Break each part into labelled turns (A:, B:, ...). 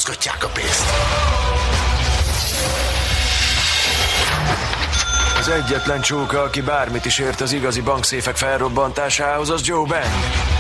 A: mozgatják a pénzt. Az egyetlen csóka, aki bármit is ért az igazi bankszéfek felrobbantásához, az Joe Bang.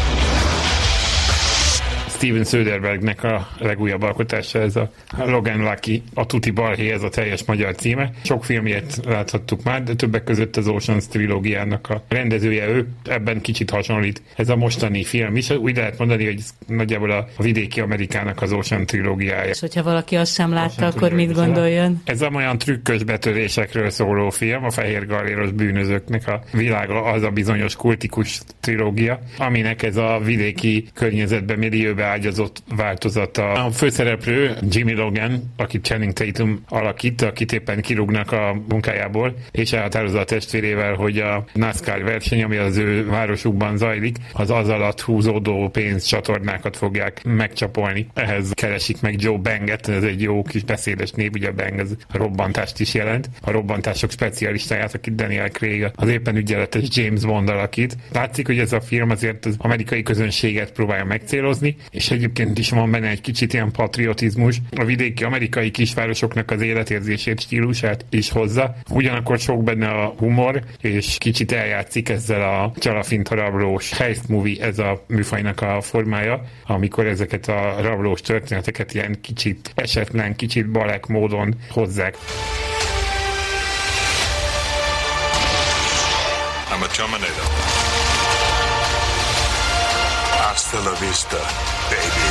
B: Steven Soderberghnek a legújabb alkotása, ez a Logan Lucky, a tuti balhé, ez a teljes magyar címe. Sok filmjét láthattuk már, de többek között az Ocean's trilógiának a rendezője ő, ebben kicsit hasonlít. Ez a mostani film is, úgy lehet mondani, hogy nagyjából a vidéki Amerikának az Ocean trilógiája.
C: És hogyha valaki azt sem látta, akkor mit gondoljon?
B: Ez a olyan trükkös betörésekről szóló film, a fehér galléros bűnözőknek a világa, az a bizonyos kultikus trilógia, aminek ez a vidéki környezetben, millióbe ágyazott változata. A főszereplő Jimmy Logan, akit Channing Tatum alakít, akit éppen kirúgnak a munkájából, és elhatározza a testvérével, hogy a NASCAR verseny, ami az ő városukban zajlik, az alatt húzódó pénzcsatornákat fogják megcsapolni. Ehhez keresik meg Joe Banget, ez egy jó kis beszédes név, ugye Bang ez a robbantást is jelent. A robbantások specialistáját, akit Daniel Craig, az éppen ügyeletes James Bond alakít. Látszik, hogy ez a film azért az amerikai közönséget próbálja megcélozni, és egyébként is van benne egy kicsit ilyen patriotizmus, a vidéki amerikai kisvárosoknak az életérzését, stílusát is hozza. Ugyanakkor sok benne a humor, és kicsit eljátszik ezzel a csalafinta rablós heist movie, ez a műfajnak a formája, amikor ezeket a rablós történeteket ilyen kicsit esetlen, kicsit balek módon hozzák.
D: I'm a Terminator. Hasta la vista, baby.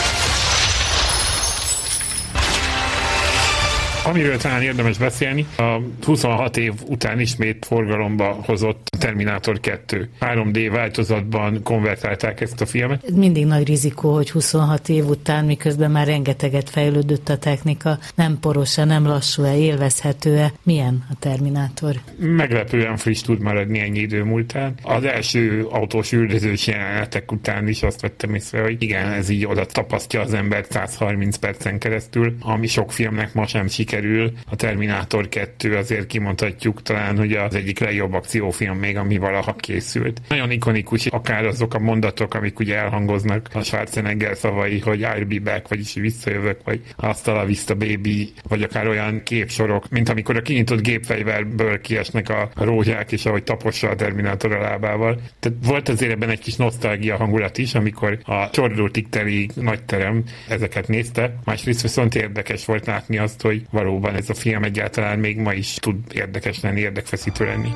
B: Amiről talán érdemes beszélni, a 26 év után ismét forgalomba hozott Terminátor 2. 3D változatban konvertálták ezt a filmet.
C: Mindig nagy rizikó, hogy 26 év után, miközben már rengeteget fejlődött a technika, nem poros-e, nem lassú-e, élvezhető-e. Milyen a Terminátor?
B: Meglepően friss tud maradni ennyi idő múltán. Az első autós üldözős jelenetek után is azt vettem észre, hogy igen, ez így oda tapasztja az embert 130 percen keresztül, ami sok filmnek ma sem sikerül. A Terminátor 2 azért kimondhatjuk talán, hogy az egyik legjobb akciófilm még, ami valaha készült. Nagyon ikonikus akár azok a mondatok, amik ugye elhangoznak, a Schwarzenegger szavai, hogy I'll be back, vagyis visszajövök, vagy hasta la vista baby, vagy akár olyan képsorok, mint amikor a kinyitott gépfegyverből kiesnek a rózsák, és ahogy tapossa a Terminátor a lábával. Tehát volt azért ebben egy kis nosztalgia hangulat is, amikor a csordultig teli nagy terem ezeket nézte. Másrészt viszont érdekes volt látni azt, hogy valóban ez a film egyáltalán még ma is tud érdekes lenni, érdekfeszítő lenni.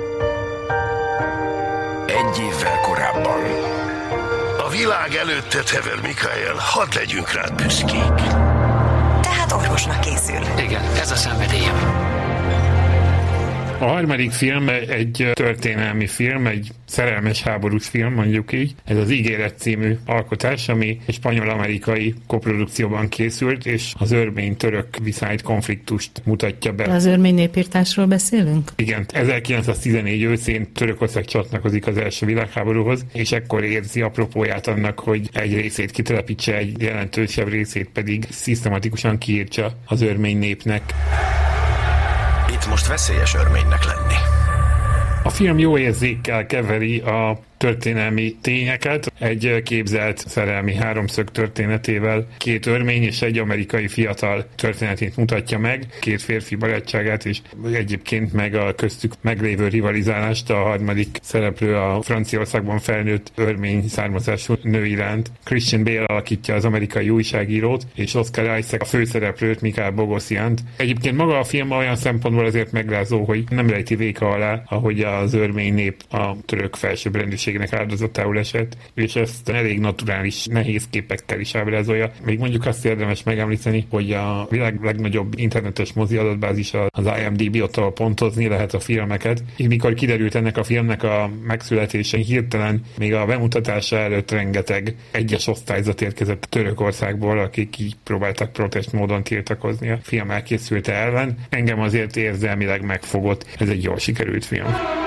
A: Egy évvel korábban. A világ előtte, Heather Michael, hadd legyünk rád büszkék.
E: Tehát orvosnak készül.
F: Igen, ez a szenvedélyem.
B: A harmadik film egy történelmi film, egy szerelmes háborús film, mondjuk így. Ez az Ígéret című alkotás, ami egy spanyol-amerikai koprodukcióban készült, és az örmény-török viszályt, konfliktust mutatja be.
C: Az örmény népírtásról beszélünk?
B: Igen, 1914 őszén Törökország csatlakozik az első világháborúhoz, és ekkor érzi apropóját annak, hogy egy részét kitelepítse, egy jelentősebb részét pedig szisztematikusan kiírtsa az örmény népnek.
A: Itt most veszélyes örménynek lenni.
B: A film jó érzékkel keveri a történelmi tényeket, egy képzelt szerelmi háromszög történetével, két örmény és egy amerikai fiatal történetét mutatja meg, két férfi barátságát, és egyébként meg a köztük meglévő rivalizálást. A harmadik szereplő a Franciaországban felnőtt örmény származású nő iránt. Christian Bale alakítja az amerikai újságírót, és Oscar Isaac a főszereplőt, Mikael Bogosiant. Egyébként maga a film olyan szempontból azért megrázó, hogy nem rejti véka alá, ahogy az örmény nép a török felsőbbrendűségnek áldozatául esett, és ezt elég naturális, nehéz képekkel is ábrázolja. Még mondjuk azt érdemes megemlíteni, hogy a világ legnagyobb internetes mozi adatbázisa az IMDb, ott pontozni lehet a filmeket. Így mikor kiderült ennek a filmnek a megszületése, hirtelen még a bemutatása előtt rengeteg egyes osztályzat érkezett Törökországból, akik így próbáltak protest módon tiltakozni a film elkészülte ellen. Engem azért érzelmileg megfogott. Ez egy jól sikerült film.